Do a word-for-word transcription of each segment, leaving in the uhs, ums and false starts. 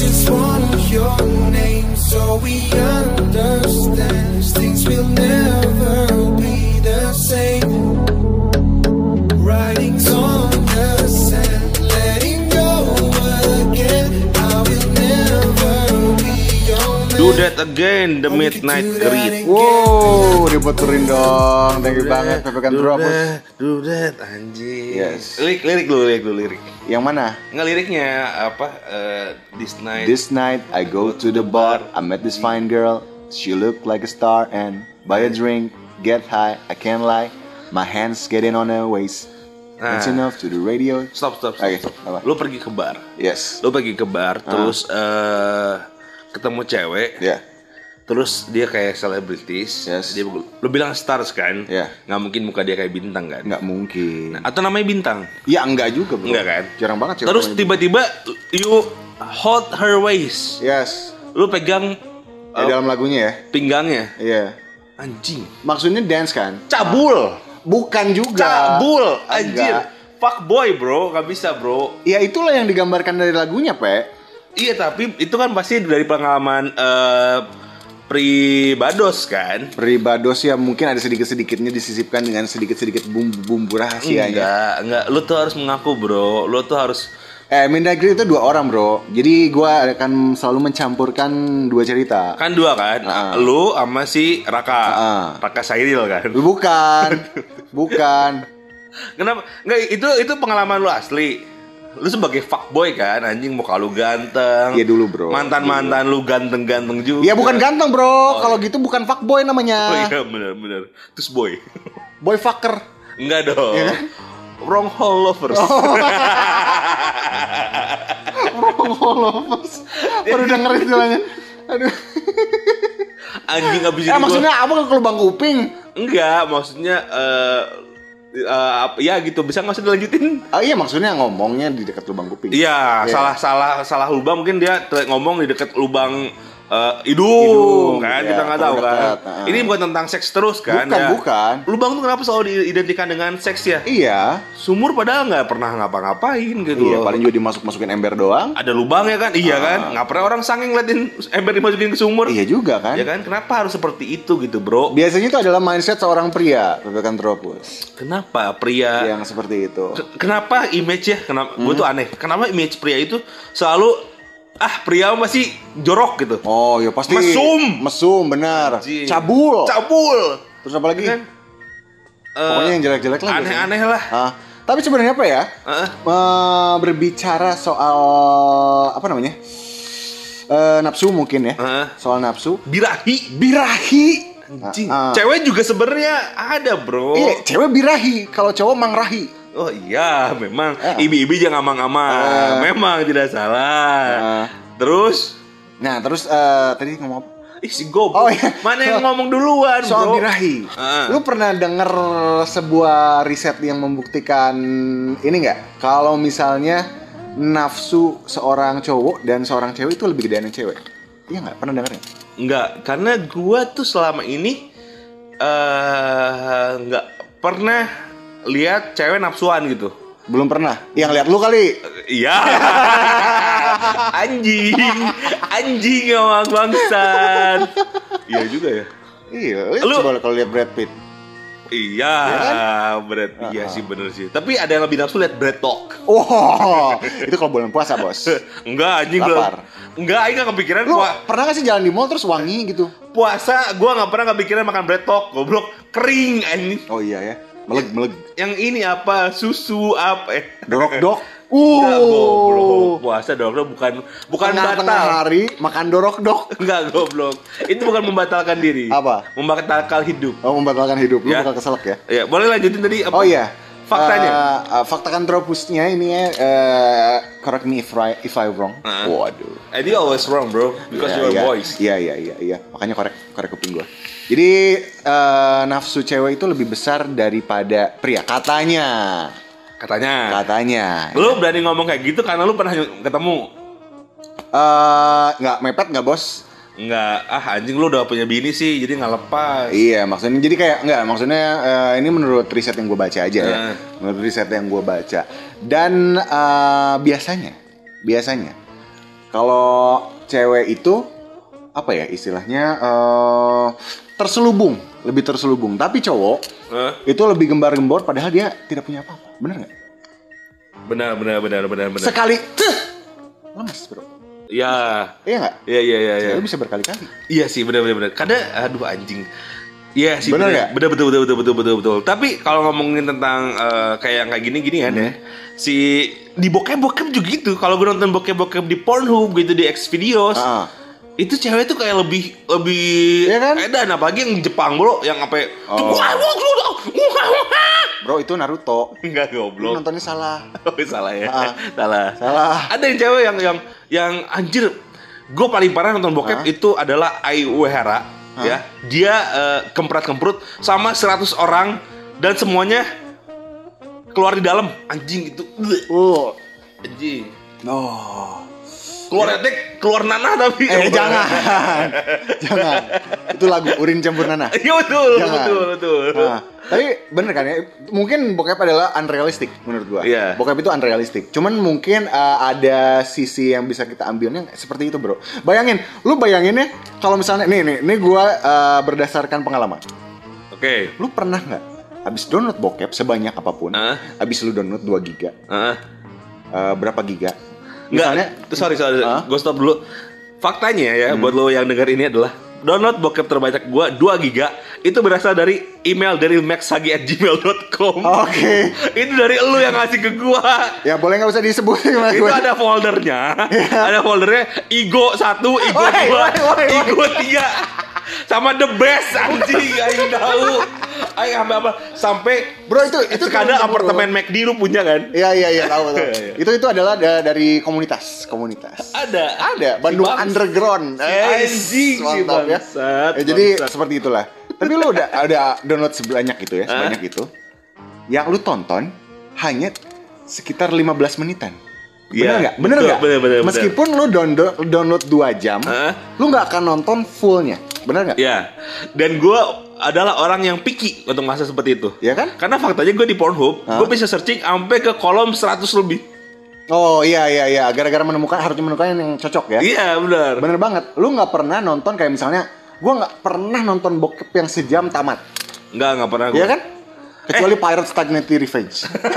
just want your name so we understand things will never be the same. Writings on the sand, letting go again. I will never be your man. Do That Again, The Midnight Grid. Wow, diputerin dong. Thank you banget P P K Do Dropus. that, do that, anjing. Yes. Lirik, lirik dulu, lirik dulu, lirik. Yang mana? Nggak liriknya apa? eh, this night. This night I go to the bar, I met this fine girl. She looked like a star and buy a drink, get high, I can't lie. My hands getting on her waist. Nah. That's enough to the radio. Stop, stop, stop. Oke, stop. apa? Lu pergi ke bar. Yes. Lu pergi ke bar, terus eh ketemu cewek. Ya. Terus dia kayak selebritis. Yes. Dia lu bilang stars kan? Ya. Nggak mungkin muka dia kayak bintang kan? Nggak mungkin. Atau namanya bintang? Ya enggak juga bro. Enggak kan? Jarang banget cewek Terus namanya tiba-tiba you hold her waist. bintang. Yes. Lu pegang Ya, uh, dalam lagunya ya. pinggangnya. Iya. Anjing. Maksudnya dance kan? Cabul. Bukan juga. Cabul. Anjir. Enggak. Fuck boy bro, gak bisa bro. Ya itulah yang digambarkan dari lagunya, Pe. Iya tapi itu kan pasti dari pengalaman uh, pribados kan? Pribados ya mungkin ada sedikit-sedikitnya disisipkan dengan sedikit-sedikit bumbu-bumbu rahasianya. Enggak, enggak. Lu tuh harus mengaku bro. Lu tuh harus. Eh, Mendagri itu dua orang bro. Jadi gue akan selalu mencampurkan dua cerita. Kan dua kan? Uh-uh. Lu sama si Raka. Uh-uh. Raka Sairil kan? Bukan, bukan. Kenapa? Enggak, itu itu pengalaman lu asli. Lu sebagai fuckboy kan, anjing muka lu ganteng. Iya dulu bro. Mantan-mantan lu ganteng-ganteng juga. Ya bukan ganteng bro. Oh, Kalau gitu bukan fuckboy Oh namanya. iya benar-benar. Terus boy. Boy fucker. Enggak dong. Iya kan? Wrong hole lovers. Wrong hole lovers. Baru denger istilahnya. Aduh. Anjing abis Eh itu maksudnya gua... apa ke lubang kuping? Enggak, maksudnya eh uh, apa ya gitu, bisa nggak usah dilanjutin? Ah iya maksudnya ngomongnya di dekat lubang kuping. Iya, Yeah. salah salah salah lubang, mungkin dia te- ngomong di dekat lubang uh, hidung, Hidung, kan, ya, kita nggak tahu kan. terdekat, uh. Ini bukan tentang seks terus kan? Bukan, ya. bukan. Lubang tuh kenapa selalu diidentikan dengan seks ya? Iya. Sumur padahal nggak pernah ngapa-ngapain gitu. Iya, loh. paling juga dimasuk-masukin ember doang. Ada lubangnya kan? Iya Ah. kan? Nggak pernah orang sanging ngeliatin ember dimasukin ke sumur. Iya juga kan. Ya kan? Kenapa harus seperti itu gitu, bro? Biasanya itu adalah mindset seorang pria, Pepekanthropus. Kenapa pria Yang seperti itu. K- Kenapa image ya? Kenapa? Hmm. Gue tuh aneh. Kenapa image pria itu selalu ah pria masih jorok gitu? Oh, ya pasti. Mesum. Mesum, benar. Anjing. Cabul. Cabul. Terus apa lagi? Kan? Pokoknya Eh, yang jelek-jelek lah. aneh-aneh lah. biasanya. Ah, tapi sebenarnya apa ya? Heeh. Eh, berbicara soal apa namanya? Eh, nafsu mungkin ya. Heeh. Soal nafsu. Birahi. Birahi. Anjing. Ah, ah. Cewek juga sebenarnya ada, bro. Iya, cewek birahi. Kalau cowok mangrahi. Oh iya, memang Ah. ibi-ibi jangan amang-amang. Ah. Memang tidak salah. Ah. Terus, Nah, terus eh, tadi ngomong apa? ih si goblok. Oh, iya. Mana yang ngomong duluan, Soal bro? birahi. Ah. Lu pernah denger sebuah riset yang membuktikan ini nggak? Kalau misalnya nafsu seorang cowok dan seorang cewek itu lebih gedean yang cewek. Iya nggak? Pernah denger nggak? Enggak, karena gua tuh selama ini eh nggak pernah lihat cewek nafsuan gitu. Belum pernah. Yang lihat lu kali. Iya. Anjing, anjing emang bangsat. Iya juga ya. Iya, lihat Lu- coba kalau lihat Brad Pitt. Iya, kan? Brad. Iya sih bener sih. Tapi ada yang lebih nafsu lihat Brad Talk. Wow, itu kalau bulan puasa, Bos. Enggak, anjing Lapar. belum. Enggak, aing gak kepikiran Lu pua- pernah gak sih jalan di mall terus wangi gitu? puasa. Gua nggak pernah kepikiran makan Brad Talk. Goblok, kering anjing. Oh iya ya. Meleg meleg. Yang ini apa? Susu apa? Eh. Dorok-dok. Enggak, Uh. goblok. Puasa dorok bukan bukan Tengah-tengah batal. hari makan dorok-dok. Enggak, goblok. Itu bukan membatalkan diri. Apa? Membatalkan hidup. Oh, membatalkan hidup. Lu Ya. bakal keselak ya? Ya, boleh lanjutin tadi apa? Oh iya. Faktanya. Eh, eh, Faktakanthropusnya ini ya, eh, correct me if I, if I wrong. Uh-huh. Waduh. And you always wrong, bro. Because Iya, you're iya. a voice. Iya, iya, iya, iya. Makanya korek korek kuping gua. Jadi eh, nafsu cewek itu lebih besar daripada pria katanya. Katanya. Katanya. Lu berani ngomong kayak gitu karena lu pernah ketemu? Eh, nggak mepet nggak, Bos? Enggak, ah anjing lu udah punya bini sih, jadi nggak lepas. Iya, maksudnya jadi kayak enggak, maksudnya eh, ini menurut riset yang gue baca aja ya. Nah. Menurut riset yang gue baca. Dan eh, biasanya, biasanya Kalau cewek itu apa ya istilahnya uh, terselubung, lebih terselubung. Tapi cowok huh? itu lebih gembar-gembor padahal dia tidak punya apa-apa. Bener nggak? Benar, benar, benar, benar, benar. Sekali, tuh, lemas bro. Ya. Iya nggak? Iya, iya, iya. Cewek Ya. bisa berkali-kali. Iya sih, benar, benar, benar. Kadang, aduh anjing. Iya sih, Bener benar. nggak? Benar, betul, betul, betul, betul, betul, betul. Tapi kalau ngomongin tentang uh, kayak kayak gini-gini kan Hmm. ya, si di bokep-bokep juga gitu. Kalau gue nonton bokep-bokep di Pornhub gitu di Xvideos. Ah. Itu cewek tuh kayak lebih lebih Iya kan? edan, apalagi yang Jepang bro, yang apa? Oh. Bro itu Naruto. Enggak Lu goblok. nontonnya salah. Oh, salah ya. Ah. Salah. Salah. Ada yang cewek yang yang yang anjir. Gue paling parah nonton bokep Hah? itu adalah Ai Uehara ya. Dia uh, kemprat-kemprut sama seratus orang dan semuanya keluar di dalam. Anjing itu. Oh. Anjing. Oh. Keluar etek, keluar nanah tapi. Eh jangan. Jangan. Itu lagu Urin Campur Nanah. Iya betul, Jangan. betul, betul. Nah, tapi bener kan ya, mungkin bokep adalah unrealistic menurut gua. Iya. Bokep itu unrealistic. Cuman mungkin uh, ada sisi yang bisa kita ambilnya seperti itu bro. Bayangin, lu bayangin ya kalau misalnya nih nih, nih gua uh, berdasarkan pengalaman. Oke. Lu pernah nggak abis download bokep sebanyak apapun, Hah? abis lu download dua giga, Heeh. uh, berapa giga? Misalnya, sorry, sorry, Hah? gue stop dulu. Faktanya ya, Hmm. buat lo yang denger ini adalah download bokep terbanyak gue dua giga itu berasal dari email dari maxsagi at gmail dot com. Oke. Itu dari lu yang ngasih ke gue. Ya boleh nggak usah disebutin lah. Itu ada foldernya, ada foldernya Igo satu, Igo Woi, dua, woi, woi, woi. Igo tiga, sama the best anjing, aing tahu, aing sampai apa, sampai Bro itu itu sekadar bro. apartemen McD lu punya kan? Iya iya iya tahu tahu. Iya. Itu itu adalah da- dari komunitas komunitas. Ada, Ada Bandung Si bangsa. Underground. Eh, anjing, si mantap ya. bangsat, Ya, jadi bangsat. seperti itulah. Tapi lu udah ada download sebanyak itu ya, Hah? sebanyak itu. Yang lu tonton hanya sekitar lima belas menitan. Bener Iya, nggak? Bener betul, nggak? bener, bener, Meskipun lu download download dua jam, Hah? lu nggak akan nonton fullnya. Bener nggak? Ya, dan gue adalah orang yang picky untuk masa seperti itu. Iya kan? Karena faktanya gue di Pornhub, Hah? gue bisa searching sampai ke kolom seratus lebih. Oh iya iya iya, gara-gara menemukan harus menemukan yang cocok ya. Iya, benar. Bener banget. Lu nggak pernah nonton kayak misalnya, gua nggak pernah nonton bokep yang sejam tamat. Enggak, enggak pernah gue. Iya kan? Kecuali Pirates Stagnity Revenge.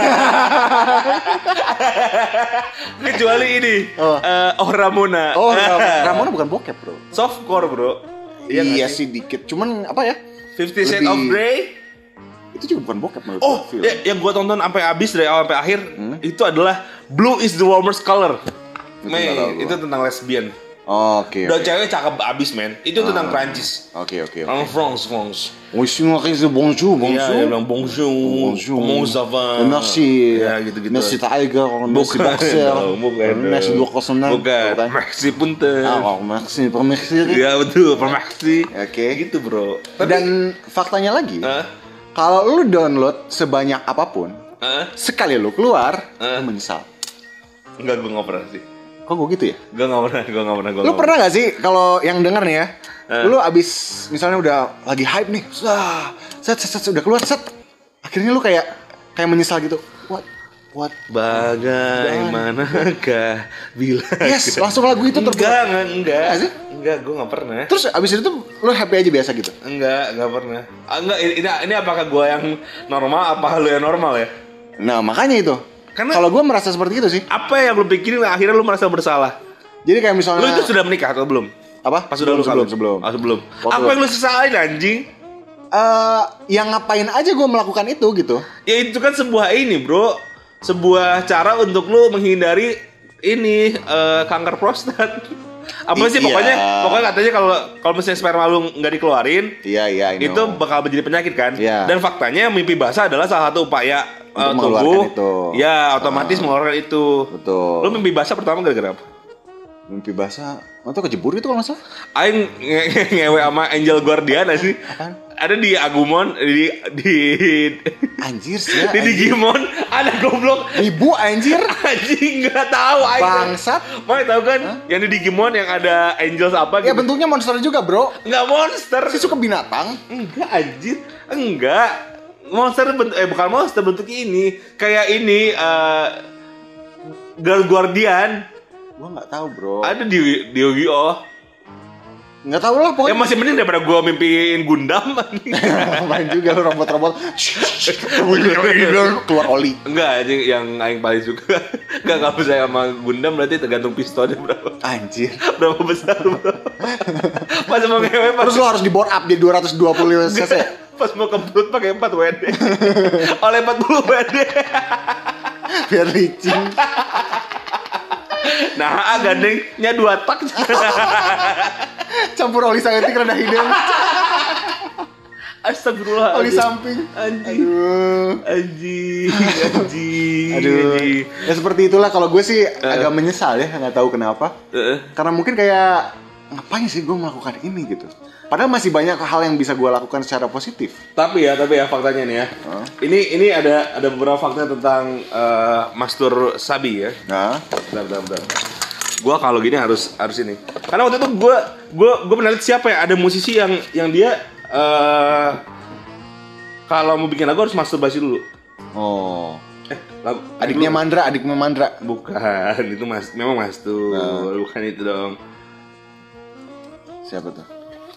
Kecuali ini, Oh. eh, Oh Ramona. Oh, Ramona bukan bokep bro. Softcore bro. Iya, nggak sih dikit. Cuman apa ya? Fifty Shades Lebih- of Grey. Itu juga bukan bokep menurut Oh, gua, film. ya, yang gue tonton sampai habis dari awal sampai akhir Hmm? itu adalah Blue is the warmest color. Itu Mei, nggak tahu gua. itu tentang lesbian. Oh, Oke. Dan oke. cewek cakep abis men. Itu tentang Ah. Prancis. Oke oke. Orang France, France. Oh, semua kasih bonjour, Iya, dia bonjour. bilang bonjour, Bonjour. comment ça va? Merci. Ya, gitu-gitu. Merci Tiger, merci Bukan Boxer. dong, bukan Merci dong. dua nol enam. Bukan, merci punten. Ah, oh, merci, merci. Iya betul, permaksi. Oke. Gitu bro. Tapi, Dan faktanya lagi, Hah? kalau lu download sebanyak apapun, Hah? sekali lu keluar, Hah? lu menyesal. Enggak, gue gak pernah sih. Kok gue gitu ya? Gue gak pernah, gue gak pernah. Gua Lu nggak pernah gak sih kalau yang denger nih ya, Eh. lu abis misalnya udah lagi hype nih, sah, set, set, set, udah keluar set, akhirnya lu kayak kayak menyesal gitu. What? What? Bagaimanakah bila Yes, langsung lagu itu terbuat. Enggak, enggak, enggak. Enggak sih? Enggak, gue gak pernah. Terus abis itu tuh lu happy aja biasa gitu. Enggak, enggak pernah. Ah, enggak, ini, ini apakah gue yang normal, apa lu yang normal ya? Nah makanya itu. Karena- Kalau gue merasa seperti itu sih. Apa yang lu pikirin akhirnya lu merasa bersalah? Jadi kayak misalnya. Lu itu sudah menikah atau belum? apa? Pas udah lu sebelum kawin? sebelum. Oh, sebelum. Waktu- Apa yang lu sesalin anjing? Eh, yang ngapain aja gue melakukan itu gitu. Ya itu kan sebuah ini bro, sebuah cara untuk lu menghindari ini eh, kanker prostat. Apa sih Iya. pokoknya pokoknya katanya kalau kalau misalnya sperma lu nggak dikeluarin Iya iya I know. itu bakal menjadi penyakit kan. Iya. Dan faktanya mimpi basah adalah salah satu upaya Untuk eh, mengeluarkan tubuh. itu. Ya otomatis mengeluarkan itu. Betul. Lu mimpi basah pertama gara-gara apa? Mimpi basah atau kejebur itu kalau nggak salah. Aing nge- nge- ngewe sama Angel Guardiana sih. Apaan? Ada di Agumon di di Anjir sih ya. di anjir. Digimon ada goblok. Ibu anjir. Anjing nggak tahu Aing. Bangsat. Mau tahu kan yang di Digimon yang ada Angels apa Ya gitu? bentuknya monster juga bro. Nggak monster. Si suka binatang. Enggak anjir. Enggak. Monster bentuk eh bukan monster bentuk ini. Kayak ini eh Girl Guardian. Gua nggak tahu bro. Ada di di Yu-Gi-Oh. Nggak tahu lah Ya pokoknya. masih mending daripada gue mimpiin Gundam. Main juga lu robot-robot. Keluar oli. Enggak, anjing yang aing paling suka. Enggak enggak percaya sama Gundam berarti tergantung pistonnya berapa. Anjir. Berapa besar bro. Pas mau ngewe pas Terus lo harus di bore up di dua ratus dua puluh cc. pas mau kemprut pakai empat W D. Oleh empat puluh W D. Biar licin. Nah, gandengnya dua tak. Campur oli saetik rendah hidung. Astagfirullah. Oli samping. Anjing. Aduh. Anjing. Anjing. Aduh. Anjing. Ya seperti itulah kalau gue sih agak menyesal ya, nggak tahu kenapa. Heeh. Karena mungkin kayak ngapain sih gue melakukan ini gitu. Padahal masih banyak hal yang bisa gue lakukan secara positif. Tapi ya, tapi ya faktanya nih ya. Huh? Ini ini ada ada beberapa fakta tentang uh, Mastur Sabi ya. Nah, Bentar, bentar, bentar. Gua kalau gini harus harus ini. Karena waktu itu gua gua gua pernah lihat siapa ya, ada musisi yang yang dia uh, kalau mau bikin lagu harus masturbasi dulu. oh, Eh, lagu, adiknya dulu. Mandra, adiknya Mandra. Bukan, itu mas, memang mastur, Nah. bukan itu dong. Siapa tuh?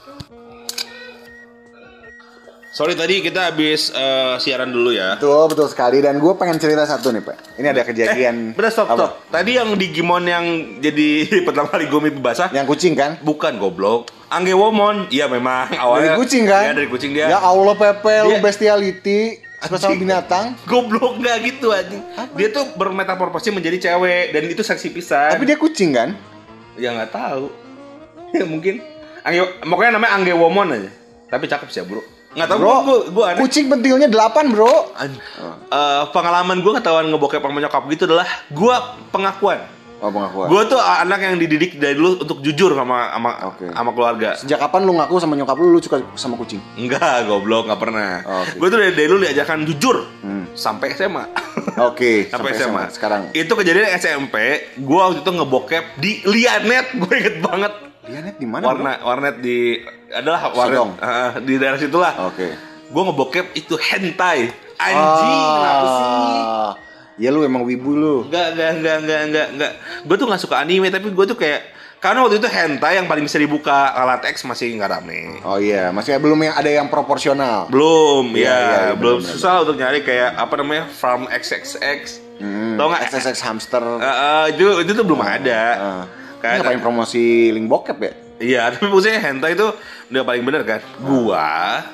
Sorry tadi kita habis uh, siaran dulu ya. Betul, betul sekali. Dan gue pengen cerita satu nih, Pak. Ini ada kejadian. Bener, stop, Apa? stop. Tadi yang Digimon yang jadi pertama kali gue mimpi basah. Yang kucing kan? Bukan, goblok. Anggewomon. Iya memang awalnya. Dari kucing kan? Iya, dari kucing dia. Ya Allah, Pepe, lu Dia- bestiality. Suka sama Anjing. binatang. Goblok nggak gitu anjing. Dia tuh bermetamorfosis menjadi cewek dan itu seksi pisan. Tapi dia kucing kan? Ya nggak tahu. Ya mungkin. Angge, pokoknya namanya Anggewomon aja. Tapi cakep sih ya, Bro. Nggak tahu Bro, gua gua, gua aneh. kucing pentilnya delapan, bro. An- eh, pengalaman gue ketahuan ngebokep sama nyokap gitu adalah gue pengakuan. Oh, pengakuan. Gue tuh anak yang dididik dari dulu untuk jujur sama sama Oke. sama keluarga. Sejak kapan lu ngaku sama nyokap lu, lu suka sama kucing? Enggak, goblok, nggak pernah. Oke. Gue tuh dari, dari dulu diajarkan jujur Hmm. sampai S M A. Oke, sampai, sampai S M A. S M A. Sekarang. Itu kejadian S M P. Gue waktu itu ngebokep di Lianet. Gue inget banget. Lianet di mana? Warna, warnet di adalah warnet Sodong. eh, di daerah situlah. Oke. Gue ngebokep itu hentai. Anjing, kenapa sih? Ya lu emang wibu lu. Enggak, enggak, enggak, enggak, enggak, enggak. Gue tuh gak suka anime, tapi gue tuh kayak karena waktu itu hentai yang paling bisa dibuka, latex masih nggak rame. Oh iya, masih belum yang ada yang proporsional. Belum, Iya, ya, iya, iya, belum benar-benar. susah untuk nyari kayak apa namanya Farm X X X. Hmm, Tau nggak? X X X hamster. Eh, eh, itu itu tuh belum ada. Ah. Kayak- Ini ngapain promosi link bokep ya? Iya, tapi maksudnya hentai itu udah paling bener kan. Gua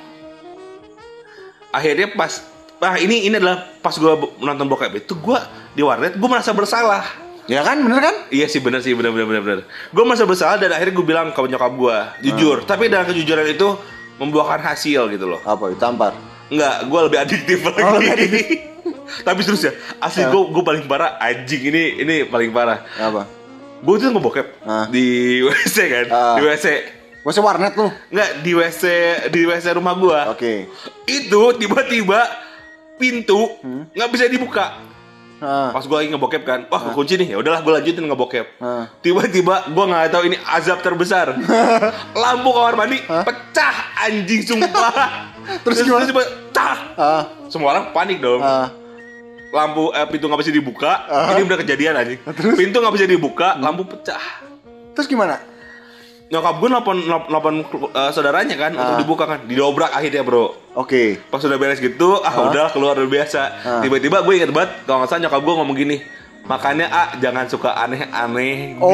akhirnya pas, ah ini ini adalah pas gua nonton bokep itu gua di warnet, gua merasa bersalah. Ya kan, bener kan? Iya sih benar sih benar benar benar benar. Gue merasa bersalah dan akhirnya gue bilang ke nyokap gue jujur. Tapi dengan kejujuran itu membuahkan hasil gitu loh. Apa? Ditampar? Enggak, gue lebih adiktif lagi. Oh, lebih adiktif. Tapi terus ya, asli gue gue paling parah anjing ini ini paling parah. Apa? Gue tuh ngebokep Ah. di W C kan, Ah. di W C. Masih warnet lu? Enggak di W C di W C rumah gue. Oke. Itu tiba-tiba pintu nggak bisa dibuka. Ah. Pas gue lagi ngebokep kan, wah kunci nih, ya udahlah gue lanjutin ngebokep. Ah. Tiba-tiba gue nggak tahu ini azab terbesar. Lampu kamar mandi pecah anjing sumpah. Terus gimana? Tiba-tiba pecah. Ah. Semua orang panik dong. Ah. Lampu eh, pintu nggak bisa dibuka. Ah. Ini udah kejadian anjing. Pintu nggak bisa dibuka, lampu pecah. Terus gimana? Nyokap gue nelpon nelpon eh, saudaranya kan untuk Ah. dibuka kan, didobrak akhirnya bro. Oke. Pas udah beres gitu, ah, udah keluar udah biasa. Ah. Tiba-tiba gue inget banget, kalau nggak salah nyokap gue ngomong gini, makanya ah jangan suka aneh-aneh. Oh.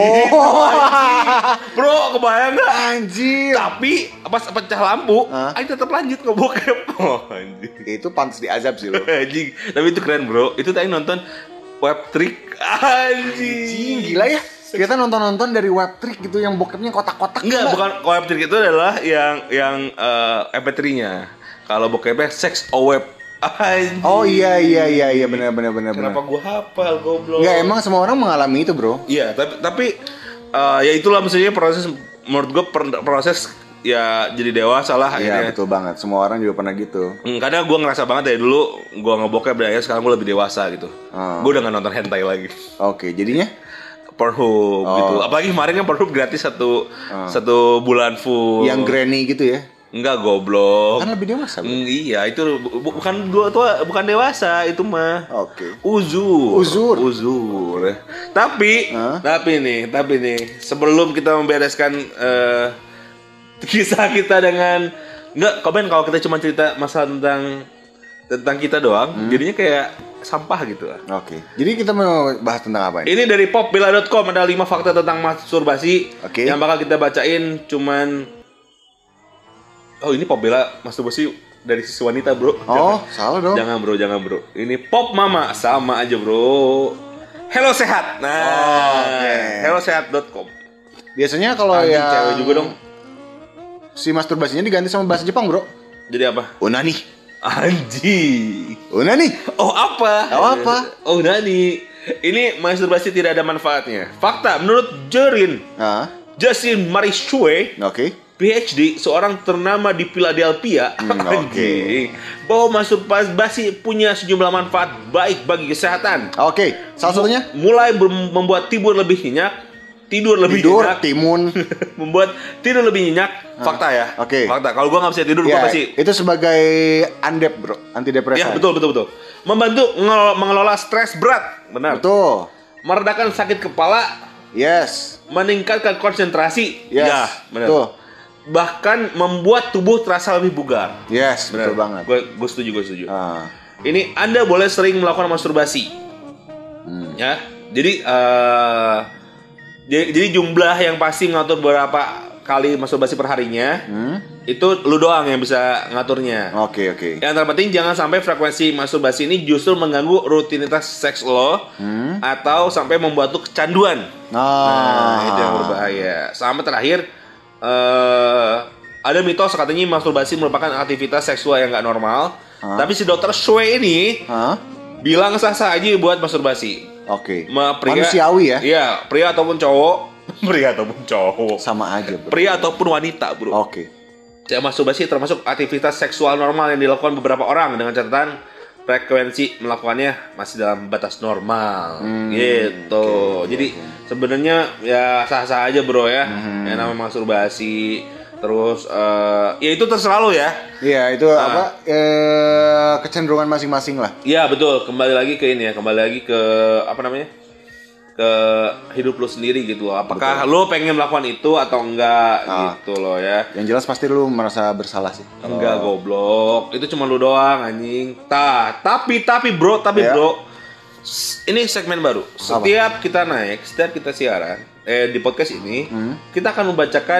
Bro, kebayang nggak? Anjir. Tapi pas pecah lampu, Ah. Aing tetap lanjut ngebokep. Oh anjing. Itu pantas diazab sih lu. Anjing. Tapi itu keren bro. Itu tadi nonton web trick. Anjing. Anjing, gila ya. Kita nonton-nonton dari web trick gitu yang bokepnya kotak-kotak. Enggak, gila. bukan web trick itu adalah yang yang eh, M P tiga-nya. Kalau bokepnya sex o web. Anjing. Oh iya iya iya iya benar benar benar benar. Kenapa gua hafal goblok? Enggak, emang semua orang mengalami itu, Bro. Iya, tapi tapi eh, ya itulah maksudnya proses menurut gua per- proses ya jadi dewasa lah Iya, akhirnya. betul banget. Semua orang juga pernah gitu. Hmm, kadang gua ngerasa banget ya dulu gua ngebokep dan akhirnya sekarang gua lebih dewasa gitu. Ah. Gua udah gak nonton hentai lagi. Oke, jadinya Pornhub Oh. gitu. Apalagi kemarin kan Pornhub gratis satu Ah. satu bulan full. yang granny gitu ya. Enggak goblok. Kan lebih dewasa. Bro. Mm, iya, itu bu- bukan dua tua, bukan dewasa itu mah. Oke. Uzur. Uzur. Uzur. Tapi, Hah? tapi nih, tapi nih, sebelum kita membereskan eh, kisah kita dengan enggak, komen kalau kita cuma cerita masalah tentang tentang kita doang, Hmm. jadinya kayak sampah gitu lah. Oke. Jadi kita mau bahas tentang apa ini? Ini dari popbella dot com, ada lima fakta tentang masturbasi Oke. yang bakal kita bacain. Cuman oh, ini popbella masturbasi dari sisi wanita, bro. Oh, Jangan. salah dong. Jangan, bro, jangan, bro. Ini pop mama, sama aja, bro. Hello Sehat. Nah, Oh, oke. hello sehat dot com. Biasanya kalau Anjing, yang cewek juga dong. si masturbasinya diganti sama bahasa Jepang, Bro. Jadi apa? Onani. Anjing. Onani. Oh, apa? Oh, apa? Oh, Nani. Ini masturbasi tidak ada manfaatnya. Fakta, menurut Jerin Ah, Justin Marichue, oke. P H D, seorang ternama di Philadelphia, Hmm, oke. anjing, bahwa masturbasi punya sejumlah manfaat baik bagi kesehatan. Oke, salah satunya Mulai ber- membuat tidur lebih nyenyak, tidur lebih tidur, nyenyak, timun. membuat tidur lebih nyenyak. Fakta ya. oke. Fakta. Kalau gua nggak bisa tidur, gua Ya, pasti. itu sebagai andep, Bro, Ya antidepresan. betul betul betul. Membantu ngel- mengelola stres berat, benar. Betul. Meredakan sakit kepala, Yes. meningkatkan konsentrasi. Yes. Ya, benar. Betul. Bahkan membuat tubuh terasa lebih bugar. Yes, betul banget. Gue gue setuju, gue setuju. Ah. Ini Anda boleh sering melakukan masturbasi. Hmm. Ya. Jadi eh jadi, jadi jumlah yang pasti ngatur berapa kali masturbasi perharinya, Hmm? itu lu doang yang bisa ngaturnya. Oke, oke. Yang terpenting jangan sampai frekuensi masturbasi ini justru mengganggu rutinitas seks lo Hmm? atau sampai membuat lu kecanduan. Ah. Nah, itu yang berbahaya. Sama terakhir, eh ada mitos katanya masturbasi merupakan aktivitas seksual yang nggak normal. Hah? Tapi si dokter Shue ini Hah? bilang sah-sah aja buat masturbasi. Oke. Ma- pria- Manusiawi ya? Iya, pria ataupun cowok. Pria ataupun cowok. Sama aja, Bro. Pria ataupun wanita, bro. Oke. Ya, masturbasi termasuk aktivitas seksual normal yang dilakukan beberapa orang dengan catatan frekuensi melakukannya masih dalam batas normal, Hmm, gitu. oke, Jadi oke. sebenarnya ya sah-sah aja, bro ya. Hmm. Yang namanya masturbasi, terus eh, ya itu terserah lo ya. Iya, itu Ah. apa? Eh, kecenderungan masing-masing lah. Iya betul. Kembali lagi ke ini ya, kembali lagi ke apa namanya? Ke hidup lo sendiri gitu loh. Apakah lo pengen melakukan itu atau enggak Ah. gitu loh ya. Yang jelas pasti lu merasa bersalah sih. Kalau- Enggak goblok, itu cuma lu doang anjing. Tah, tapi tapi bro, tapi Ya. bro, s- ini segmen baru. Setiap kita naik, setiap kita siaran, eh di podcast ini, Hmm? kita akan membacakan.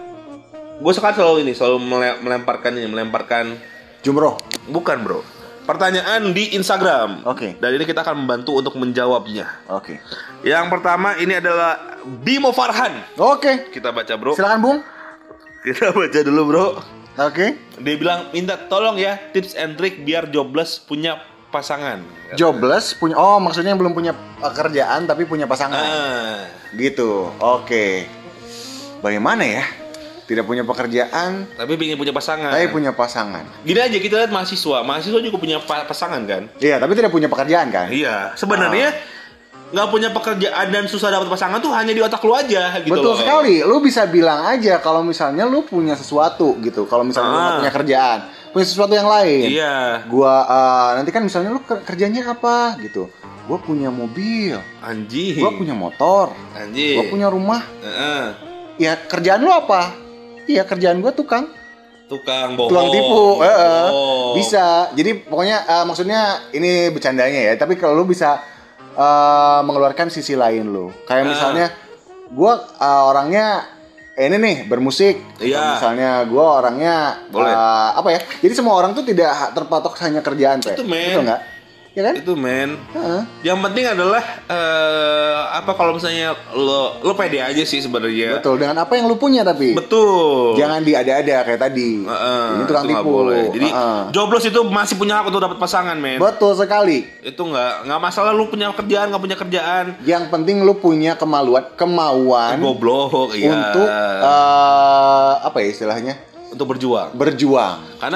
Gue sekarang selalu ini, selalu mele- melemparkan ini, melemparkan. Jumroh. Bukan bro, pertanyaan di Instagram. Oke. Dan ini kita akan membantu untuk menjawabnya. Oke. Yang pertama ini adalah Bimo Farhan. Oke. Kita baca bro. Silakan, Bung. Kita baca dulu bro. Oke. Dia bilang minta tolong ya tips and trick biar jobless punya pasangan. Jobless punya oh maksudnya belum punya pekerjaan tapi punya pasangan. Ah, Gitu. Oke. Bagaimana ya? Tidak punya pekerjaan tapi ingin punya pasangan. tapi punya pasangan. Gini aja kita lihat mahasiswa, mahasiswa juga punya pa- pasangan kan? Iya, tapi tidak punya pekerjaan kan? Iya. Sebenarnya nggak punya pekerjaan dan susah dapat pasangan tuh hanya di otak lu aja gitu Betul loh. sekali. Lu bisa bilang aja kalau misalnya lu punya sesuatu gitu. Kalau misalnya lu Ah. nggak punya kerjaan, punya sesuatu yang lain. Iya. Gua eh, nanti kan misalnya lu ker- kerjanya apa gitu. Gua punya mobil, Anjing. gua punya motor, Anjing. gua punya rumah. Heeh. Ya kerjaan lu apa? Iya kerjaan gua tukang, Tukang bohong. tukang tipu. Eh, eh. Oh. Bisa. Jadi pokoknya eh, maksudnya ini bercandanya ya. Tapi kalau lu bisa eh, mengeluarkan sisi lain lu. Kayak Ah. misalnya gua eh, orangnya eh, ini nih bermusik. Iya. Atau misalnya gua orangnya Boleh. eh, apa ya? Jadi semua orang tuh tidak terpatok hanya kerjaan, Pe. Itu, men. Betul nggak? Ya kan? Itu men. Heeh. Yang penting adalah eh, apa kalau misalnya lo lo pede aja sih sebenarnya. Betul. Dengan apa yang lu punya tapi. Betul. Jangan diada-ada kayak tadi. Heeh, Ini tukang itu nggak tipu. boleh. Jadi Heeh. jobless itu masih punya hak untuk dapat pasangan, men. Betul sekali. Itu nggak nggak masalah lu punya kerjaan nggak punya kerjaan. Yang penting lu punya kemaluan, kemauan Goblok, iya. untuk eh, apa ya istilahnya? Untuk berjuang. Berjuang. Karena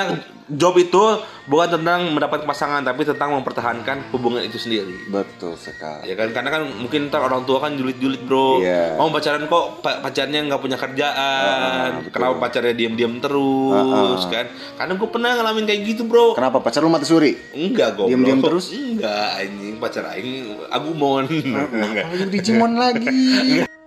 job itu bukan tentang mendapat pasangan, tapi tentang mempertahankan hubungan itu sendiri. Betul sekali. Ya kan, karena kan mungkin ntar orang tua kan julid-julid bro. Iya. Mau pacaran kok pa- pacarnya nggak punya kerjaan, Ah, betul. kenapa pacarnya diam-diam terus Ah, ah. kan? Karena gue pernah ngalamin kayak gitu bro. Kenapa pacar lu mati suri? Enggak goblok. Diam-diam terus? Enggak anjing, pacar aing agumon. Enggak. Kalau Digimon lagi.